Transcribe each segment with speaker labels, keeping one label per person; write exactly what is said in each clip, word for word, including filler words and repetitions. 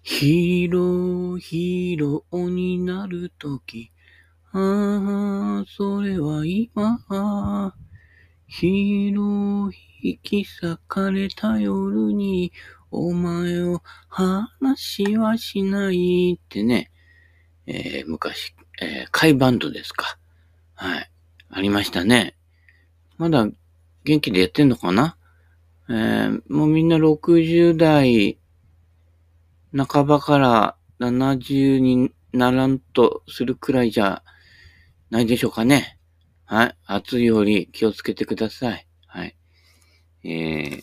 Speaker 1: ヒーロー、ヒーローになるとき、ああ、それは今。ヒーロー引き裂かれた夜に、お前を話はしないってね、えー、昔、えー、甲斐バンドですか。はい。ありましたね。まだ元気でやってんのかな。えー、もうみんなろくじゅう代半ばからななじゅうにならんとするくらいじゃないでしょうかね。はい。暑いより気をつけてください。はい。えー、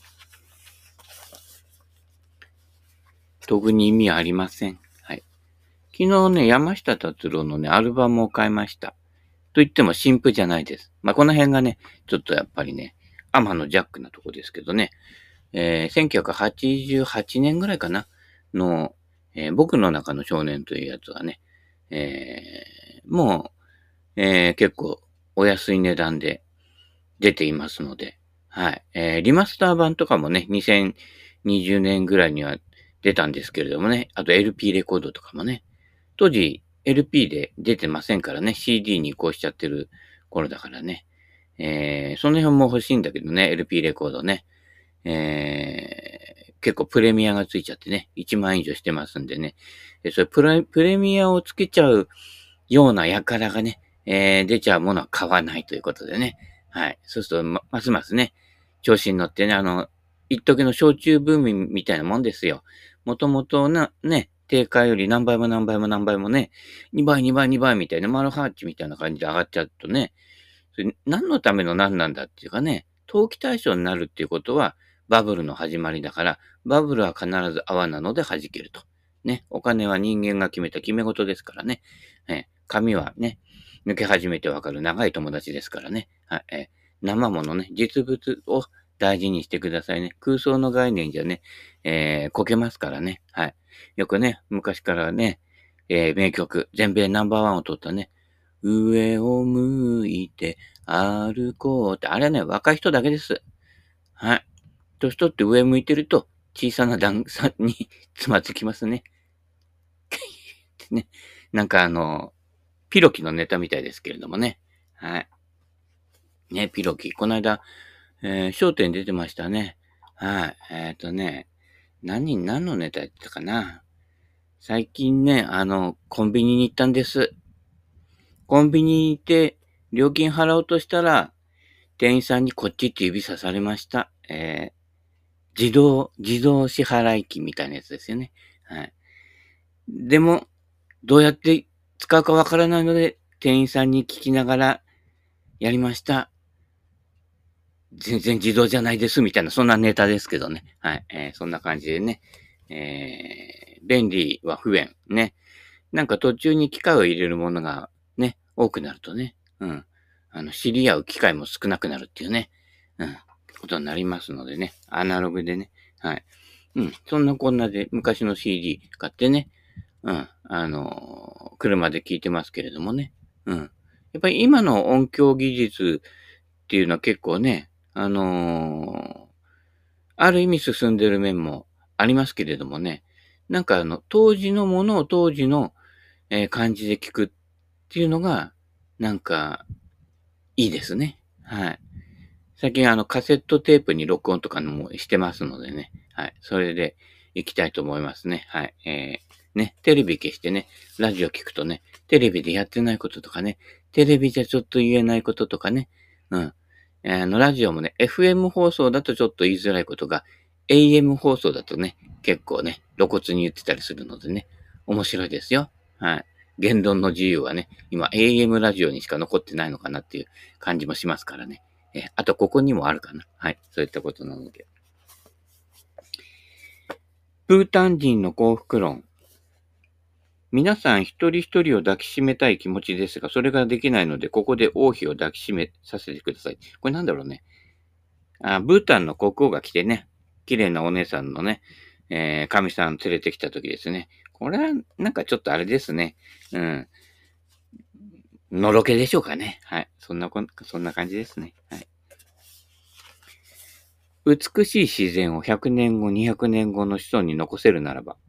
Speaker 1: 特に意味はありません。はい。昨日ね、山下達郎のね、アルバムを買いました。と言っても新譜じゃないです。まあ、この辺がね、ちょっとやっぱりね、アマのジャックなとこですけどね。えー、せんきゅうひゃくはちじゅうはちねんぐらいかなの、えー、僕の中の少年というやつがね、えー、もう、えー、結構お安い値段で出ていますので、はい。えー、リマスター版とかもね、にせんにじゅうねんぐらいには出たんですけれどもね、あと エルピー レコードとかもね、当時 エルピー で出てませんからね、シーディー に移行しちゃってる頃だからね、えー、その辺も欲しいんだけどね、エルピー レコードね。えー、結構プレミアがついちゃってね、いちまんえん以上してますんでね、えそれプレプレミアをつけちゃうような輩がね、えー、出ちゃうものは買わないということでね。はい。そうすると、ま、ますますね、調子に乗ってね、あの、一時の焼酎ブームみたいなもんですよ。もともとな、ね、定価より何倍も何倍も何倍もね、にばいにばいにばいみたいな、マルハーチみたいな感じで上がっちゃうとね、それ何のための何なんだっていうかね、投機対象になるっていうことは、バブルの始まりだから、バブルは必ず泡なので弾けると。ね、お金は人間が決めた決め事ですからね。え紙はね、抜け始めてわかる長い友達ですからね。はい、え生ものね、実物を大事にしてくださいね。空想の概念じゃね、えー、こけますからね。はい。よくね、昔からね、えー、名曲、全米ナンバーワンを取ったね、上を向いて歩こうって、あれはね、若い人だけです。はい。年取って上向いてると、小さな段差につまずきますね。ね。なんかあの、ピロキのネタみたいですけれどもね。はい。ね、ピロキ。この間、えー、商店出てましたね。はい。えっ、ー、とね、何、何のネタやってたかな。最近ね、あの、コンビニに行ったんです。コンビニに行って、料金払おうとしたら、店員さんにこっちって指さされました。えー、自動、自動支払い機みたいなやつですよね。はい。でも、どうやって使うかわからないので、店員さんに聞きながらやりました。全然自動じゃないです、みたいな、そんなネタですけどね。はい。えー、そんな感じでね。えー、便利は不便。ね。なんか途中に機械を入れるものがね、多くなるとね。うん。あの、知り合う機会も少なくなるっていうね。うん。ことになりますのでね。アナログでね。はい。うん。そんなこんなで昔の シーディー 買ってね。うん。あのー車で聞いてますけれどもね。うん。やっぱり今の音響技術っていうのは結構ね、あのーある意味進んでる面もありますけれどもね。なんかあの、当時のものを当時の、えー感じで聞くっていうのが、なんか、いいですね。はい。最近あの、カセットテープに録音とかもしてますのでね。はい。それで行きたいと思いますね。はい。えー、ね、テレビ消してね、ラジオ聞くとね、テレビでやってないこととかね、テレビじゃちょっと言えないこととかね、うん。あの、ラジオもね、エフエム 放送だとちょっと言いづらいことが、エーエム 放送だとね、結構ね、露骨に言ってたりするのでね、面白いですよ。はい。言論の自由はね、今 エーエム ラジオにしか残ってないのかなっていう感じもしますからね。え、あとここにもあるかな。はい。そういったことなので。ブータン人の幸福論。皆さん一人一人を抱きしめたい気持ちですが、それができないので、ここで王妃を抱きしめさせてください。これなんだろうね。あ、ブータンの国王が来てね、綺麗なお姉さんのね、えー、神さん連れてきた時ですね。これは、なんかちょっとあれですね。うん。のろけでしょうかね。はい。そんなこん、そんな感じですね。はい。美しい自然をひゃくねんご、にひゃくねんごの子孫に残せるならば、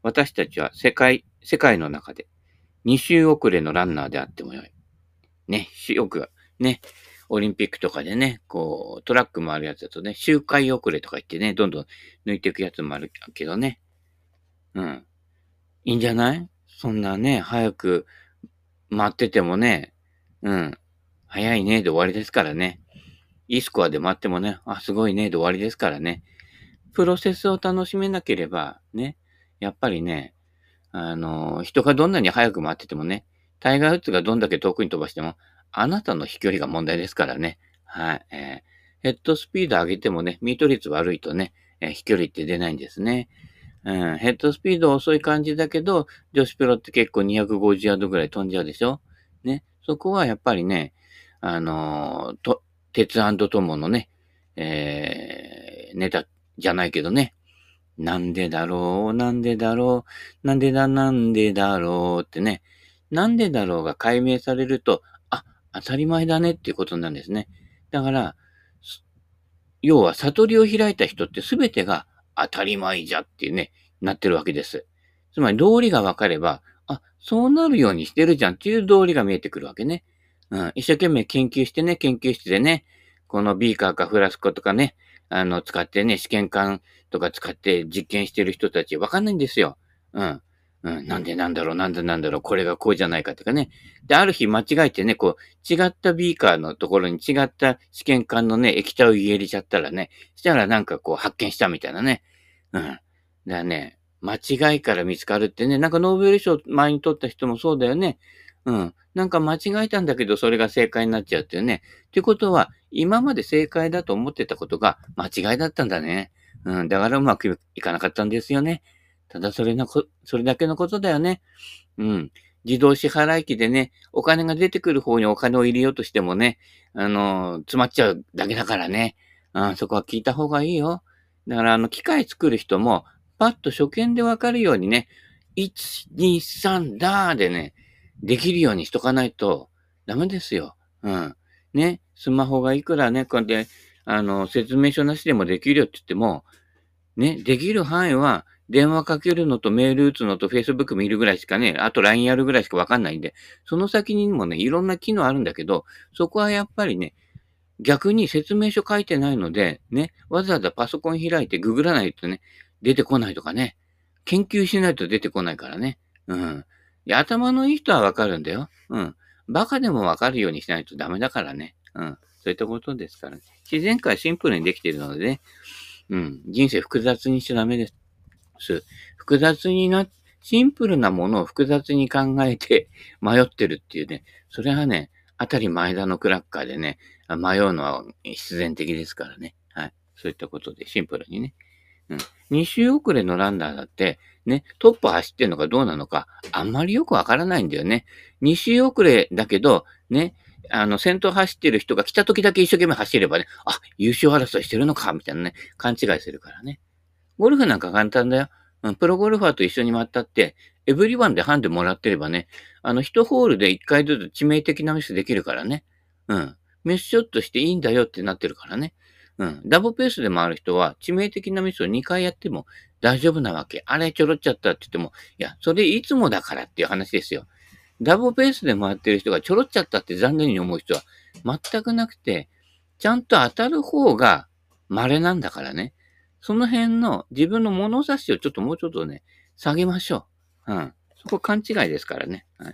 Speaker 1: 私たちは世界、世界の中でに周遅れのランナーであってもよい。ね、よく、ね、オリンピックとかでね、こう、トラック回るやつだとね、周回遅れとか言ってね、どんどん抜いていくやつもあるけどね。うん。いいんじゃない？そんなね、早く待っててもね、うん。早いねで終わりですからね。いいスコアで待ってもね、あ、すごいねで終わりですからね。プロセスを楽しめなければ、ね、やっぱりね、あの、人がどんなに早く回っててもね、タイガー・ウッズがどんだけ遠くに飛ばしても、あなたの飛距離が問題ですからね。はい。えーヘッドスピード上げてもね、ミート率悪いとね、えー飛距離って出ないんですね。うん、ヘッドスピード遅い感じだけど、女子プロって結構にひゃくごじゅうヤードぐらい飛んじゃうでしょ？ね。そこはやっぱりね、あのーと、鉄友のね、えー、ネタじゃないけどね。なんでだろう、なんでだろう、なんでだ、なんでだろうってね。なんでだろうが解明されると、あ、当たり前だねっていうことなんですね。だから、要は悟りを開いた人って全てが当たり前じゃっていうね、なってるわけです。つまり道理が分かれば、あ、そうなるようにしてるじゃんっていう道理が見えてくるわけね。うん、一生懸命研究してね、研究室でね、このビーカーかフラスコとかね、あの、使ってね、試験管とか使って実験してる人たち分かんないんですよ。うん。うん、なんでなんだろう、なんでなんだろう、これがこうじゃないかとかね。で、ある日間違えてね、こう、違ったビーカーのところに違った試験管のね、液体を入れちゃったらね、したらなんかこう発見したみたいなね。うん。だからね、間違いから見つかるってね、なんかノーベル賞前に取った人もそうだよね。うん。なんか間違えたんだけど、それが正解になっちゃうっていうね。ってことは、今まで正解だと思ってたことが間違いだったんだね。うん。だからうまくいかなかったんですよね。ただそれのこ、それだけのことだよね。うん。自動支払い機でね、お金が出てくる方にお金を入れようとしてもね、あの、詰まっちゃうだけだからね。うん、そこは聞いた方がいいよ。だから、あの、機械作る人も、パッと初見でわかるようにね、いち、に、さんだーでね、できるようにしとかないとダメですよ。うん。ね、スマホがいくらね、こうやって、あの、説明書なしでもできるよって言っても、ね、できる範囲は、電話かけるのとメール打つのと Facebook 見るぐらいしかね、あと ライン やるぐらいしかわかんないんで、その先にもね、いろんな機能あるんだけど、そこはやっぱりね、逆に説明書書いてないので、ね、わざわざパソコン開いてググらないとね、出てこないとかね、研究しないと出てこないからね。うん。で、頭のいい人はわかるんだよ。うん。バカでもわかるようにしないとダメだからね。うん。そういったことですからね。自然界はシンプルにできているのでね、うん。人生複雑にしちゃダメです。複雑にな、シンプルなものを複雑に考えて迷ってるっていうね、それはね、あたり前田のクラッカーでね、迷うのは必然的ですからね。はい。そういったことでシンプルにね。うん。に周遅れのランナーだって、ね、トップ走ってんのかどうなのか、あんまりよくわからないんだよね。に周遅れだけど、ね、あの、先頭走ってる人が来た時だけ一生懸命走ればね、あ、優勝争いしてるのか、みたいなね、勘違いするからね。ゴルフなんか簡単だよ。うん、プロゴルファーと一緒に回ったって、エブリワンでハンデもらってればね、あの、一ホールで一回ずつ致命的なミスできるからね。うん。ミスショットしていいんだよってなってるからね。うん。ダブペースで回る人は、致命的なミスをにかいやっても大丈夫なわけ。あれちょろっちゃったって言っても、いや、それいつもだからっていう話ですよ。ダブペースで回ってる人がちょろっちゃったって残念に思う人は全くなくて、ちゃんと当たる方が稀なんだからね。その辺の自分の物差しをちょっともうちょっとね、下げましょう。うん。そこ勘違いですからね。はい。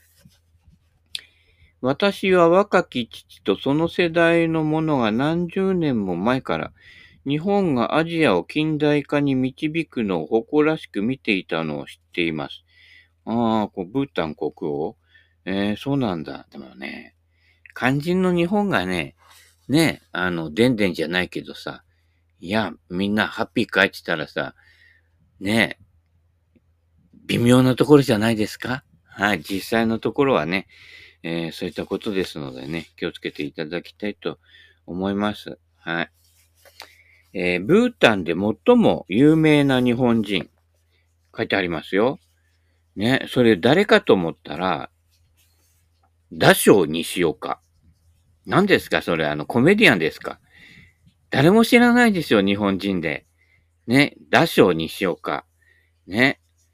Speaker 1: 私は若き父とその世代のものが何十年も前から日本がアジアを近代化に導くのを誇らしく見ていたのを知っています。ああ、こうブータン国王えー、そうなんだ。でもね、肝心の日本がね、ね、あの、でんでんじゃないけどさ、いや、みんなハッピーかいって言ったらさ、ね、微妙なところじゃないですか？はい、実際のところはね、えー、そういったことですのでね、気をつけていただきたいと思います。はい。えー、ブータンで最も有名な日本人、書いてありますよ。ね、それ誰かと思ったら、ダショウ西岡。何ですかそれ、あの、コメディアンですか？誰も知らないですよ、日本人で。ね、ダショウ西岡。ね。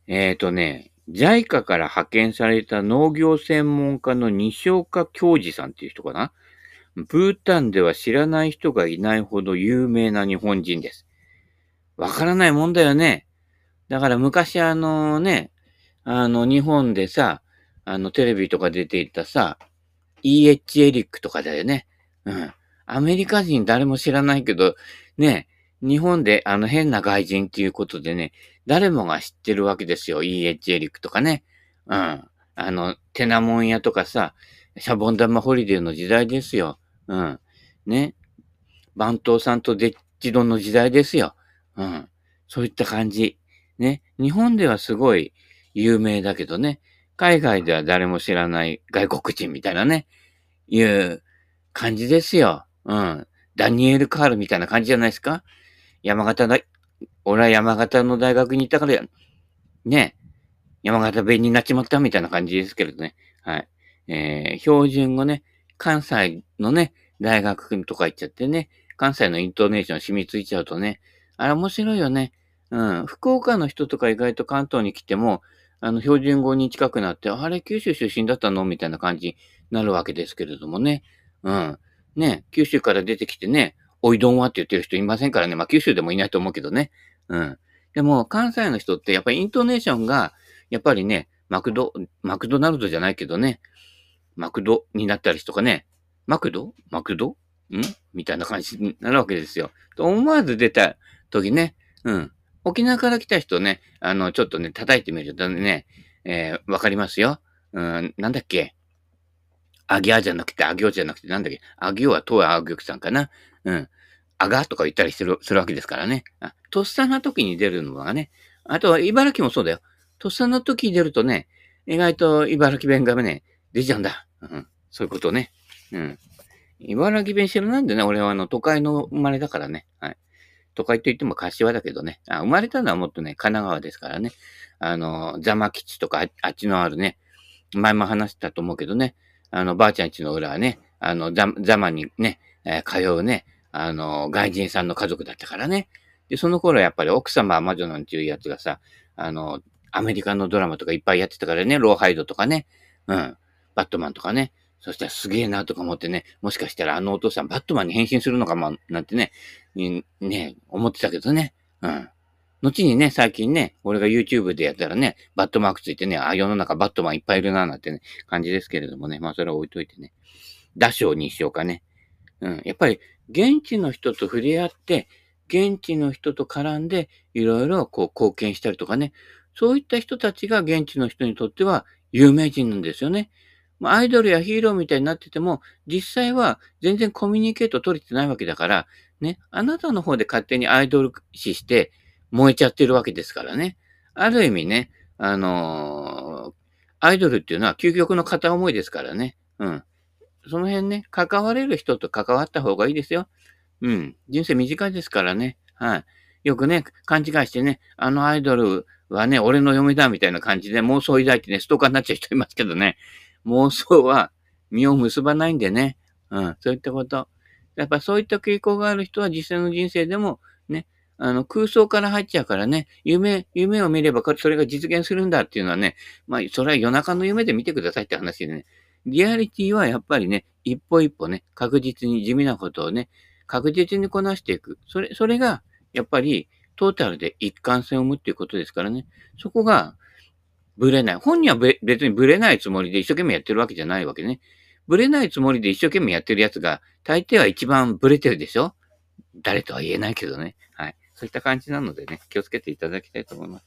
Speaker 1: えっとね、ジャイカ から派遣された農業専門家の西岡京二さんっていう人かな。ブータンでは知らない人がいないほど有名な日本人です。わからないもんだよね。だから昔あのね、あの日本でさ、あのテレビとか出ていたさ、イーエイチ エリックとかだよね。うん。アメリカ人誰も知らないけど、ね、日本であの変な外人っていうことでね、誰もが知ってるわけですよ。イーエイチ エリックとかね。うん。あの、テナモン屋とかさ、シャボン玉ホリデーの時代ですよ。うん。ね。番頭さんとデッチドンの時代ですよ。うん。そういった感じ。ね。日本ではすごい有名だけどね。海外では誰も知らない外国人みたいなね。いう感じですよ。うん。ダニエル・カールみたいな感じじゃないですか。山形だ、俺は山形の大学に行ったから、ね。山形弁になっちまったみたいな感じですけれどね。はい。えー、標準語ね、関西のね、大学とか行っちゃってね、関西のイントネーション染みついちゃうとね、あれ面白いよね。うん。福岡の人とか意外と関東に来ても、あの、標準語に近くなって、あれ、九州出身だったのみたいな感じになるわけですけれどもね。うん。ね、九州から出てきてね、おいどんはって言ってる人いませんからね。まあ、九州でもいないと思うけどね。うん。でも、関西の人ってやっぱりイントネーションが、やっぱりね、マクド、マクドナルドじゃないけどね、マクドになったりとかね、マクドマクドんみたいな感じになるわけですよ。と思わず出た時ね、うん。沖縄から来た人ね、あの、ちょっとね、叩いてみるとね、えー、わかりますよ。うん、なんだっけ。あぎゃじゃなくて、あぎょじゃなくて、なんだっけ。あぎょはとはあぎょくさんかな。うん。あがとか言ったりする、するわけですからね。あとっさな時に出るのがね。あとは茨城もそうだよ。とっさの時に出るとね、意外と茨城弁がね、出ちゃうんだ。うん。そういうことね。うん。茨城弁知らないんでね、俺はあの、都会の生まれだからね。はい。都会といっても柏だけどね。あ、生まれたのはもっとね、神奈川ですからね。あの、座間基地とかあ、あっちのあるね、前も話したと思うけどね、あの、ばあちゃん家の裏はね、あの、ざ、ざまにね、えー通うね、あの、外人さんの家族だったからね。で、その頃やっぱり奥様は魔女なんていうやつがさ、あの、アメリカのドラマとかいっぱいやってたからね、ローハイドとかね、うん、バットマンとかね。そしたらすげえなとか思ってね、もしかしたらあのお父さんバットマンに変身するのかも、なんてね、にね、思ってたけどね。うん。後にね、最近ね、俺が YouTube でやったらね、バットマークついてね、あ、世の中バットマンいっぱいいるな、なんてね、感じですけれどもね。まあ、それは置いといてね。ダッシュにしようかね。うん。やっぱり、現地の人と触れ合って、現地の人と絡んで、いろいろこう貢献したりとかね。そういった人たちが現地の人にとっては有名人なんですよね。まあアイドルやヒーローみたいになってても、実際は全然コミュニケート取れてないわけだから、ね、あなたの方で勝手にアイドル視して燃えちゃってるわけですからね。ある意味ね、あのーアイドルっていうのは究極の片思いですからね。うん。その辺ね、関われる人と関わった方がいいですよ。うん。人生短いですからね。はい。よくね、勘違いしてね、あのアイドルはね、俺の嫁だみたいな感じで妄想を抱いてね、ストーカーになっちゃう人いますけどね。妄想は実を結ばないんでね。うん。そういったこと。やっぱそういった傾向がある人は実際の人生でもね、あの空想から入っちゃうからね、夢、夢を見ればそれが実現するんだっていうのはね、まあ、それは夜中の夢で見てくださいって話でね。リアリティはやっぱりね、一歩一歩ね、確実に地味なことをね、確実にこなしていく。それ、それが、やっぱり、トータルで一貫性を生むっていうことですからね。そこが、ブレない。本人はべ別にブレないつもりで一生懸命やってるわけじゃないわけね。ブレないつもりで一生懸命やってるやつが、大抵は一番ブレてるでしょ。誰とは言えないけどね。はい。そういった感じなのでね、気をつけていただきたいと思います。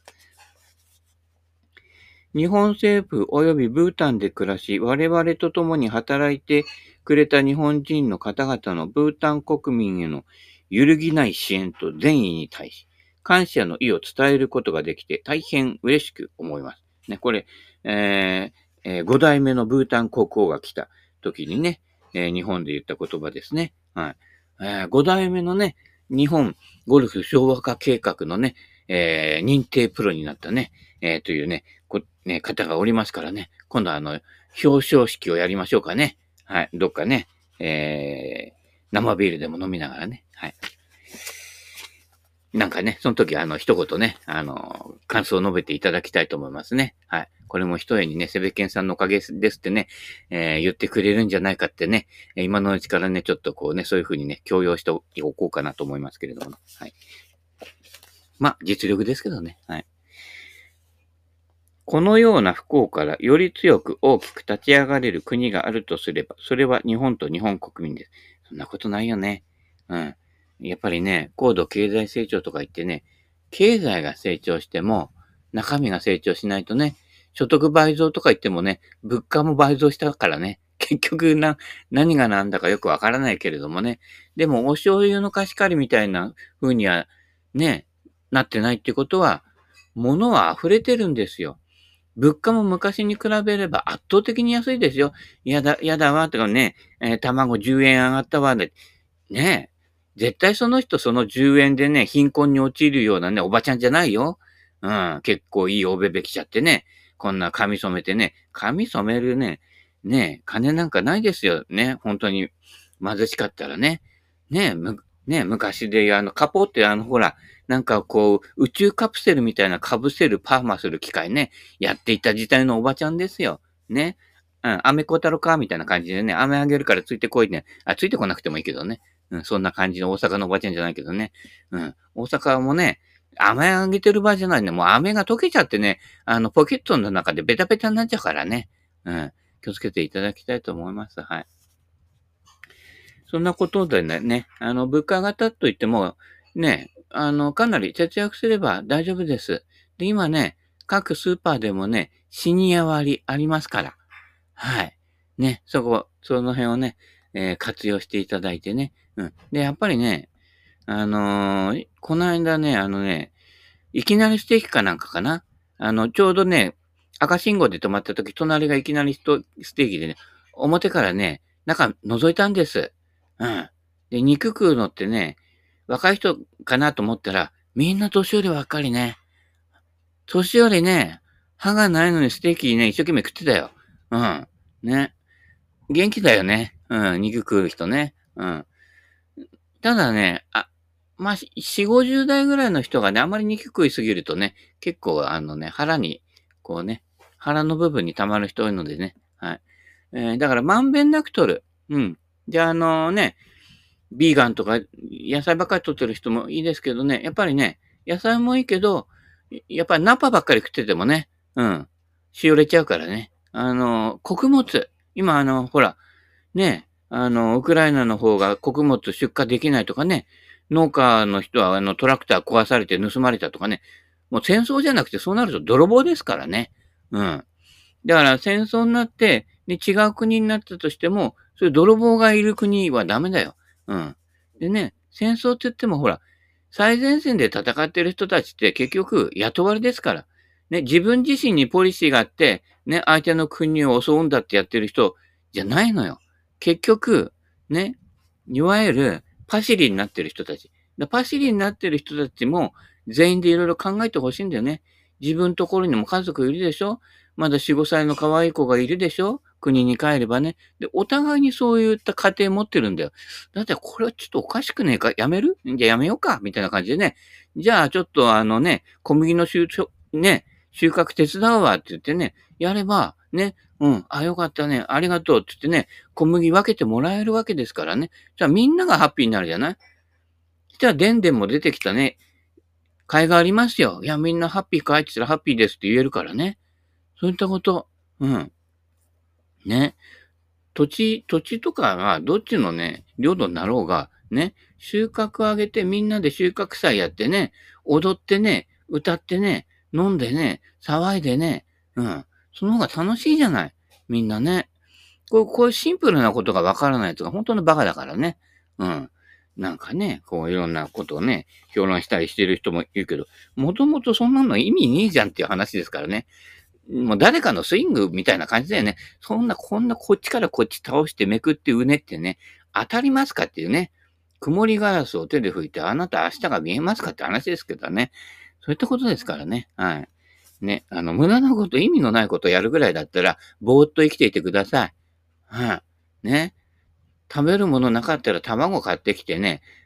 Speaker 1: 日本政府及びブータンで暮らし、我々と共に働いてくれた日本人の方々のブータン国民への揺るぎない支援と善意に対し、感謝の意を伝えることができて大変嬉しく思います。ね、これ、えーえー、ご代目のブータン国王が来た時にね、えー、日本で言った言葉ですね。はい。えー、ご代目のね、日本ゴルフ昭和化計画のね、えー、認定プロになったね、えー、というね、こね、方がおりますからね、今度はあの、表彰式をやりましょうかね。はい、どっかね、えー、生ビールでも飲みながらね。はい。 なんかね、その時、あの、一言ね、あの、感想を述べていただきたいと思いますね。はい。これも一重にね、セベケンさんのおかげですってね、えー、言ってくれるんじゃないかってね、今のうちからね、ちょっとこうね、そういうふうにね、強要しておこうかなと思いますけれども、はい。まあ、実力ですけどね。はい。このような不幸からより強く大きく立ち上がれる国があるとすれば、それは日本と日本国民です。そんなことないよね。うん。やっぱりね、高度経済成長とか言ってね、経済が成長しても、中身が成長しないとね、所得倍増とか言ってもね、物価も倍増したからね、結局な、何が何だかよくわからないけれどもね。でも、お醤油の貸し借りみたいな風には、ね、なってないってことは、物は溢れてるんですよ。物価も昔に比べれば圧倒的に安いですよ。やだ、やだわ、とかね、えー、卵じゅうえん上がったわ、ね。ねえ。絶対その人そのじゅうえんでね、貧困に陥るようなね、おばちゃんじゃないよ。うん、結構いいおべべ着ちゃってね。こんな髪染めてね。髪染めるね、ねえ、金なんかないですよ。ね、本当に貧しかったらね。ねえ、む、ねえ、昔で、あの、カポってあの、ほら、なんかこう、宇宙カプセルみたいな被せるパーマする機械ね、やっていた時代のおばちゃんですよ。ね。うん、飴小太郎かみたいな感じでね、飴あげるからついてこいね。あ、ついてこなくてもいいけどね。うん、そんな感じの大阪のおばちゃんじゃないけどね。うん、大阪もね、飴あげてる場合じゃないね。もう飴が溶けちゃってね、あの、ポケットの中でベタベタになっちゃうからね。うん、気をつけていただきたいと思います。はい。そんなことでね、ね、あの、物価上がったと言っても、ね、あの、かなり節約すれば大丈夫です。で、今ね、各スーパーでもね、シニア割ありますから。はい。ね、そこ、その辺をね、えー活用していただいてね。うん。で、やっぱりね、あのーこの間ね、あのね、いきなりステーキかなんかかな。あの、ちょうどね、赤信号で止まった時、隣がいきなりストステーキでね、表からね、中覗いたんです。うん。で、肉食うのってね、若い人かなと思ったら、みんな年寄りばっかりね。年寄りね、歯がないのにステーキね、一生懸命食ってたよ。うん。ね。元気だよね。うん。肉食う人ね。うん。ただね、あ、まあ、よん、ごじゅう代ぐらいの人がね、あまり肉食いすぎるとね、結構あのね、腹に、こうね、腹の部分に溜まる人多いのでね。はい。えーだからまんべんなく取る。うん。で、あのね、ビーガンとか野菜ばっかり取ってる人もいいですけどね、やっぱりね、野菜もいいけど、やっぱりナパばっかり食っててもね、うん、しおれちゃうからね。あの、穀物。今あの、ほら、ね、あの、ウクライナの方が穀物出荷できないとかね、農家の人はあのトラクター壊されて盗まれたとかね、もう戦争じゃなくてそうなると泥棒ですからね。うん。だから戦争になって、で、違う国になったとしても、そういう泥棒がいる国はダメだよ。うん。でね、戦争って言ってもほら、最前線で戦ってる人たちって結局雇われですから。ね、自分自身にポリシーがあって、ね、相手の国を襲うんだってやってる人じゃないのよ。結局、ね、いわゆるパシリになってる人たち。パシリになってる人たちも全員でいろいろ考えてほしいんだよね。自分のところにも家族いるでしょ。まだよん、ごさいの可愛い子がいるでしょ。国に帰ればね。で、お互いにそういった家庭持ってるんだよ。だってこれはちょっとおかしくねえか、やめるじゃあやめようかみたいな感じでね。じゃあちょっとあのね、小麦の収穫、ね、収穫手伝うわって言ってね、やれば、ね、うん、あ、よかったね、ありがとうって言ってね、小麦分けてもらえるわけですからね。じゃあみんながハッピーになるじゃない。そしたらでんでんも出てきたね。甲斐がありますよ。いや、みんなハッピーかいって言ったらハッピーですって言えるからね。そういったこと。うん。ね。土地、土地とかがどっちのね、領土になろうが、ね、収穫上げてみんなで収穫祭やってね、踊ってね、歌ってね、飲んでね、騒いでね、うん。その方が楽しいじゃない。みんなね。こう、こういうシンプルなことがわからないやつが本当のバカだからね。うん。なんかね、こういろんなことをね、評論したりしてる人もいるけど、もともとそんなの意味ねえじゃんっていう話ですからね。もう誰かのスイングみたいな感じだよね。そんな、こんなこっちからこっち倒してめくってうねってね、当たりますかっていうね。曇りガラスを手で拭いて、あなた明日が見えますかって話ですけどね。そういったことですからね。はい。ね、あの、無駄なこと、意味のないことをやるぐらいだったら、ぼーっと生きていてください。はい。ね。食べるものなかったら卵買ってきてね、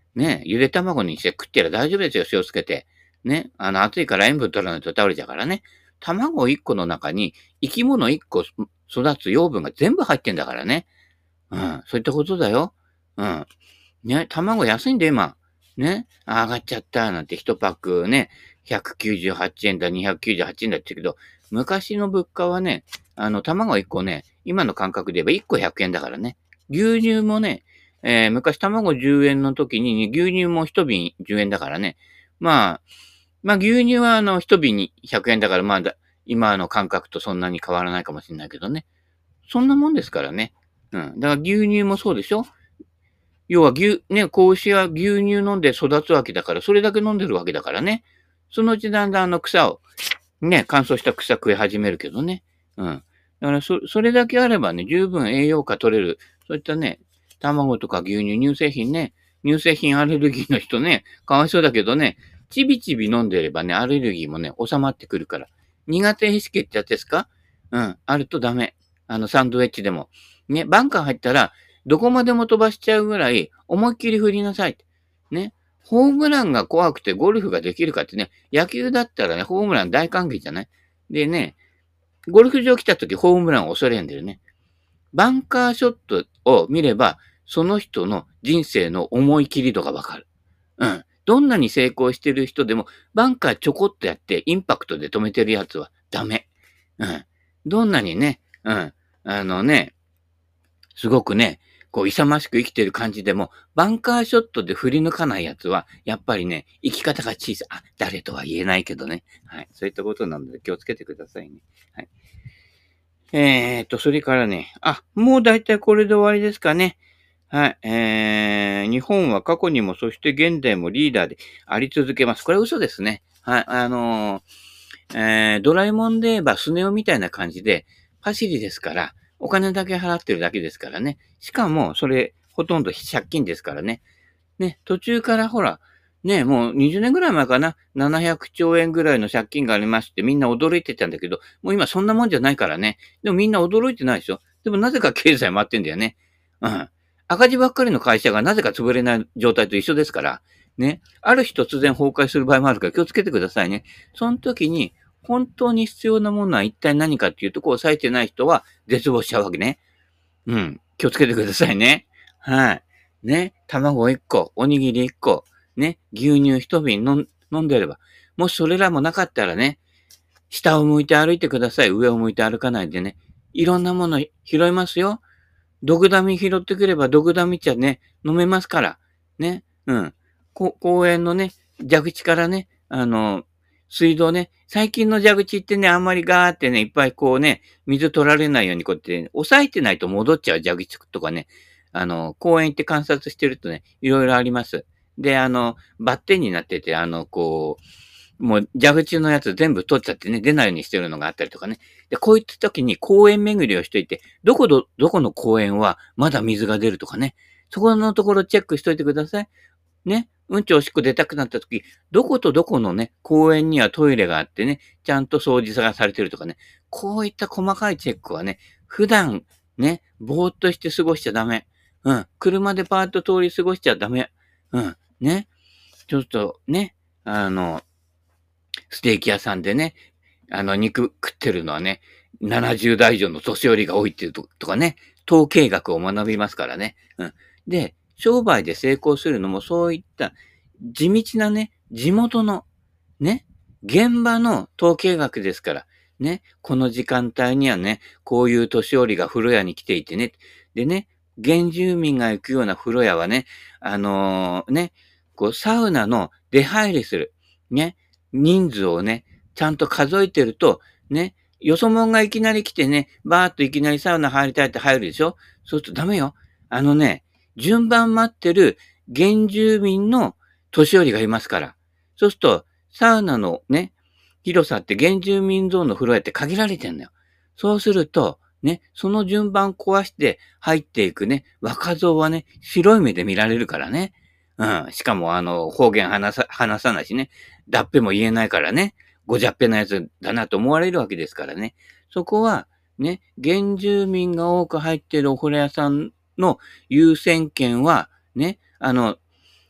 Speaker 1: ね、ゆで卵にして食ってりゃ大丈夫ですよ、塩つけて。ね、あの、熱いから塩分取らないと倒れちゃうからね。卵いっこの中に生き物いっこ育つ養分が全部入ってんだからね。うん、そういったことだよ。うん。ね、卵安いんだよ、今。ね、あ上がっちゃったなんていちパックね、ひゃくきゅうじゅうはちえんだ、にひゃくきゅうじゅうはちえんだって言うけど、昔の物価はね、あの、卵いっこね、今の感覚で言えばいっこひゃくえんだからね。牛乳もね、えー昔卵じゅうえんの時に牛乳も一瓶じゅうえんだからね。まあ、まあ牛乳はあの一瓶にひゃくえんだからまあだ、今の感覚とそんなに変わらないかもしれないけどね。そんなもんですからね。うん。だから牛乳もそうでしょ。要は牛、ね、子牛は牛乳飲んで育つわけだから、それだけ飲んでるわけだからね。そのうちだんだんあの草を、ね、乾燥した草食い始めるけどね。うん。だからそ、それだけあればね、十分栄養価取れる。そういったね、卵とか牛乳、乳製品ね、乳製品アレルギーの人ね、かわいそうだけどね、ちびちび飲んでればね、アレルギーもね、収まってくるから。苦手意識ってやつですか？うん、あるとダメ。あの、サンドウェッジでも。ね、バンカー入ったら、どこまでも飛ばしちゃうぐらい、思いっきり振りなさい。ね。ホームランが怖くてゴルフができるかってね、野球だったらね、ホームラン大歓迎じゃない？でね、ゴルフ場来た時ホームランを恐れんでるね。バンカーショットを見れば、その人の人生の思い切り度がわかる。うん。どんなに成功してる人でも、バンカーちょこっとやってインパクトで止めてるやつはダメ。うん。どんなにね、うん。あのね、すごくね、こう、勇ましく生きてる感じでも、バンカーショットで振り抜かないやつは、やっぱりね、生き方が小さい。あ、誰とは言えないけどね。はい。そういったことなので気をつけてくださいね。はい。えーっと、それからね、あ、もうだいたいこれで終わりですかね。はい。えー、日本は過去にも、そして現代もリーダーであり続けます。これは嘘ですね。はい。あのーえー、ドラえもんで言えばスネ夫みたいな感じで、パシリですから、お金だけ払ってるだけですからね。しかも、それ、ほとんど借金ですからね。ね、途中からほら、ね、もうにじゅうねんぐらい前かな、ななひゃくちょうえんぐらいの借金がありまして、みんな驚いてたんだけど、もう今そんなもんじゃないからね。でもみんな驚いてないでしょ。でもなぜか経済回ってんだよね。うん。赤字ばっかりの会社がなぜか潰れない状態と一緒ですから、ね。ある日突然崩壊する場合もあるから気をつけてくださいね。その時に、本当に必要なものは一体何かっていうところを抑えてない人は絶望しちゃうわけね。うん。気をつけてくださいね。はい。ね。卵いっこ、おにぎりいっこ、ね。牛乳ひとびん飲ん飲んでれば。もしそれらもなかったらね、下を向いて歩いてください。上を向いて歩かないでね。いろんなもの拾いますよ。毒ダミ拾ってくれば毒ダミ茶ね、飲めますから。ね。うん。こ公園のね、蛇口からね、あの、水道ね、最近の蛇口ってね、あんまりガーってね、いっぱいこうね、水取られないようにこうやって、ね、押さえてないと戻っちゃう蛇口とかね、あの、公園行って観察してるとね、いろいろあります。で、あの、バッテンになってて、あの、こう、もう蛇口のやつ全部取っちゃってね、出ないようにしてるのがあったりとかね。で、こういった時に公園巡りをしといて、どこど、どこの公園はまだ水が出るとかね。そこのところチェックしといてください。ね。うんちおしっこ出たくなった時、どことどこのね、公園にはトイレがあってね、ちゃんと掃除がされてるとかね。こういった細かいチェックはね、普段ね、ぼーっとして過ごしちゃダメ。うん。車でパーッと通り過ごしちゃダメ。うん。ね。ちょっとね、あの、ステーキ屋さんでね、あの、肉食ってるのはね、ななじゅうだい以上の年寄りが多いっていうととかね、統計学を学びますからね。うん。で、商売で成功するのもそういった地道なね、地元のね、現場の統計学ですから。ね、この時間帯にはね、こういう年寄りが風呂屋に来ていてね。でね、原住民が行くような風呂屋はね、あのーね、こう、サウナの出入りする、ね、人数をね、ちゃんと数えてると、ね、よそ者がいきなり来てね、バーっといきなりサウナ入りたいって入るでしょ？そうするとダメよ。あのね、順番待ってる原住民の年寄りがいますから。そうすると、サウナのね、広さって原住民ゾーンの風呂屋って限られてんだよ。そうすると、ね、その順番壊して入っていくね、若造はね、白い目で見られるからね。うん。しかも、あの、方言話さ、話さないしね。だっぺも言えないからね。ごじゃっぺなやつだなと思われるわけですからね。そこは、ね、原住民が多く入っているお風呂屋さんの優先権は、ね、あの、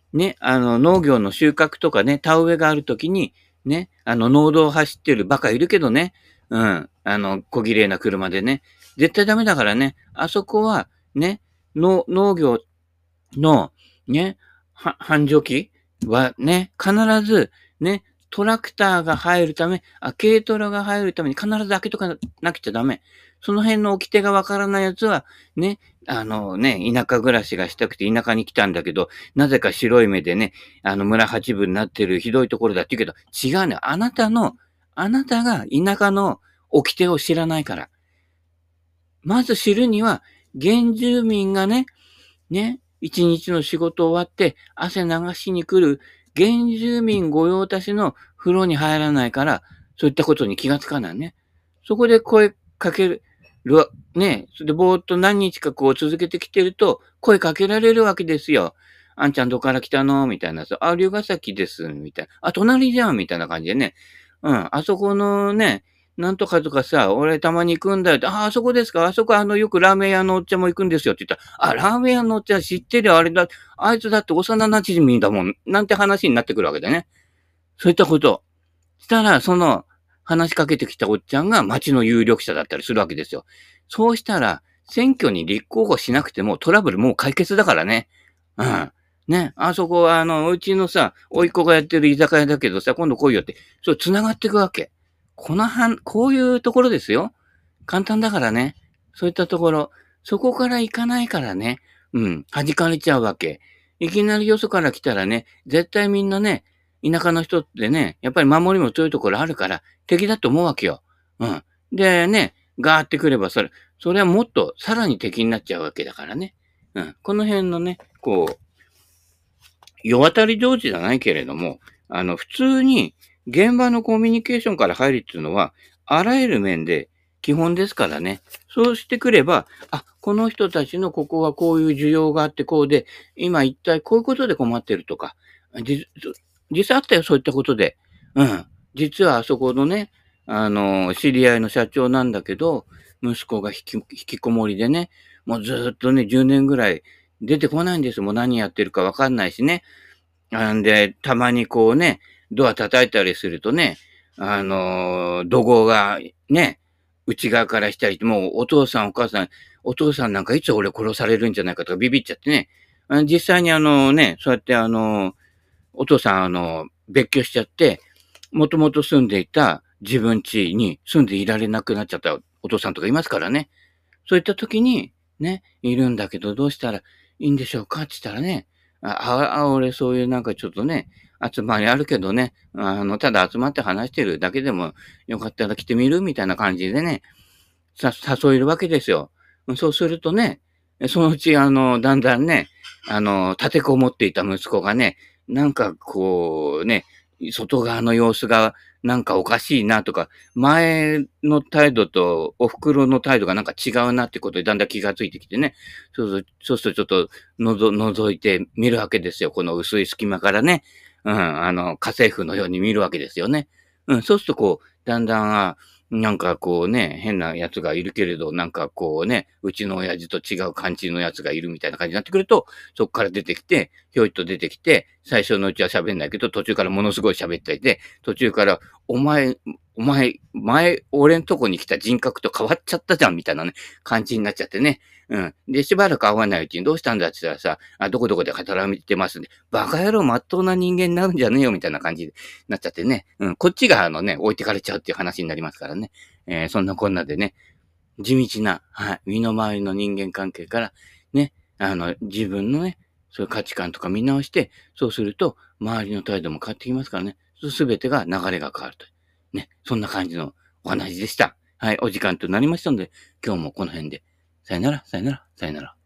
Speaker 1: ね、あの、農業の収穫とかね、田植えがあるときに、ね、あの、農道を走ってるバカいるけどね、うん、あの、小綺麗な車でね、絶対ダメだからね、あそこは、ね、の農業の、ね、は繁盛期はね、必ず、ね、トラクターが入るため、あ、軽トラが入るために必ず開けとかなくちゃダメ。その辺の掟がわからないやつは、ね、あのね、田舎暮らしがしたくて田舎に来たんだけど、なぜか白い目でね、あの村八分になってるひどいところだって言うけど、違うね。あなたの、あなたが田舎の掟を知らないから。まず知るには、原住民がね、ね、一日の仕事終わって汗流しに来る原住民御用達の風呂に入らないから、そういったことに気がつかないね。そこで声かける、ね、それでぼーっと何日かこう続けてきてると、声かけられるわけですよ。あんちゃんどこから来たのみたいなさ。あ、龍ヶ崎です。みたいな。あ、隣じゃんみたいな感じでね。うん。あそこのね、なんとかとかさ、俺たまに行くんだよって、あ、あそこですかあそこあの、よくラーメン屋のおっちゃんも行くんですよって言ったら、あ、ラーメン屋のおっちゃん知ってるよ、あれだ、あいつだって幼馴染だもん、なんて話になってくるわけだね。そういったこと。したら、その、話しかけてきたおっちゃんが町の有力者だったりするわけですよ。そうしたら、選挙に立候補しなくてもトラブルもう解決だからね。うん。ね。あそこは、あの、うちのさ、甥っ子がやってる居酒屋だけどさ、今度来いよって、そう、繋がっていくわけ。このはん、こういうところですよ。簡単だからね。そういったところ。そこから行かないからね。うん。弾かれちゃうわけ。いきなりよそから来たらね、絶対みんなね、田舎の人ってね、やっぱり守りも強いところあるから、敵だと思うわけよ。うん。でね、ガーってくれば、それ、それはもっとさらに敵になっちゃうわけだからね。うん。この辺のね、こう、世渡り上手じゃないけれども、あの、普通に現場のコミュニケーションから入るっていうのは、あらゆる面で基本ですからね。そうしてくれば、あ、この人たちのここはこういう需要があってこうで、今一体こういうことで困ってるとか、実実際あったよ、そういったことで。うん。実はあそこのね、あの、知り合いの社長なんだけど、息子が引き引きこもりでね、もうずっとね、じゅうねんぐらい出てこないんですよ。もう何やってるかわかんないしね。んで、たまにこうね、ドア叩いたりするとね、あの、怒号がね、内側からしたり、もうお父さんお母さん、お父さんなんかいつ俺殺されるんじゃないかとかビビっちゃってね。実際にあのね、そうやってあの、お父さんあの、別居しちゃって、もともと住んでいた自分家に住んでいられなくなっちゃったお父さんとかいますからね。そういった時に、ね、いるんだけど、どうしたらいいんでしょうかって言ったらね、あ、あ、俺そういうなんかちょっとね、集まりあるけどね、あの、ただ集まって話してるだけでもよかったら来てみるみたいな感じでね、さ、誘えるわけですよ。そうするとね、そのうちあの、だんだんね、あの、立てこもっていた息子がね、なんかこうね、外側の様子がなんかおかしいなとか、前の態度とお袋の態度がなんか違うなってことでだんだん気がついてきてね。そうそう、そうするとちょっとのぞ、覗いて見るわけですよ。この薄い隙間からね。うん、あの、家政婦のように見るわけですよね。うん、そうするとこう、だんだん、あなんかこうね、変な奴がいるけれど、なんかこうね、うちの親父と違う感じの奴がいるみたいな感じになってくると、そこから出てきて、ひょいっと出てきて、最初のうちは喋んないけど、途中からものすごい喋ったりで、途中から、お前、お前、前、俺んとこに来た人格と変わっちゃったじゃん、みたいなね、感じになっちゃってね。うん。で、しばらく会わないうちにどうしたんだって言ったらさ、あ、どこどこで働いてますんで、バカ野郎、まっとうな人間になるんじゃねえよ、みたいな感じになっちゃってね。うん。こっちが、あのね、置いてかれちゃうっていう話になりますからね。えー、そんなこんなでね、地道な、はい、身の回りの人間関係から、ね、あの、自分のね、そういう価値観とか見直して、そうすると、周りの態度も変わってきますからね。すべてが流れが変わると。ね、そんな感じのお話でした。はい、お時間となりましたので、今日もこの辺で。さよなら、さよなら、さよなら。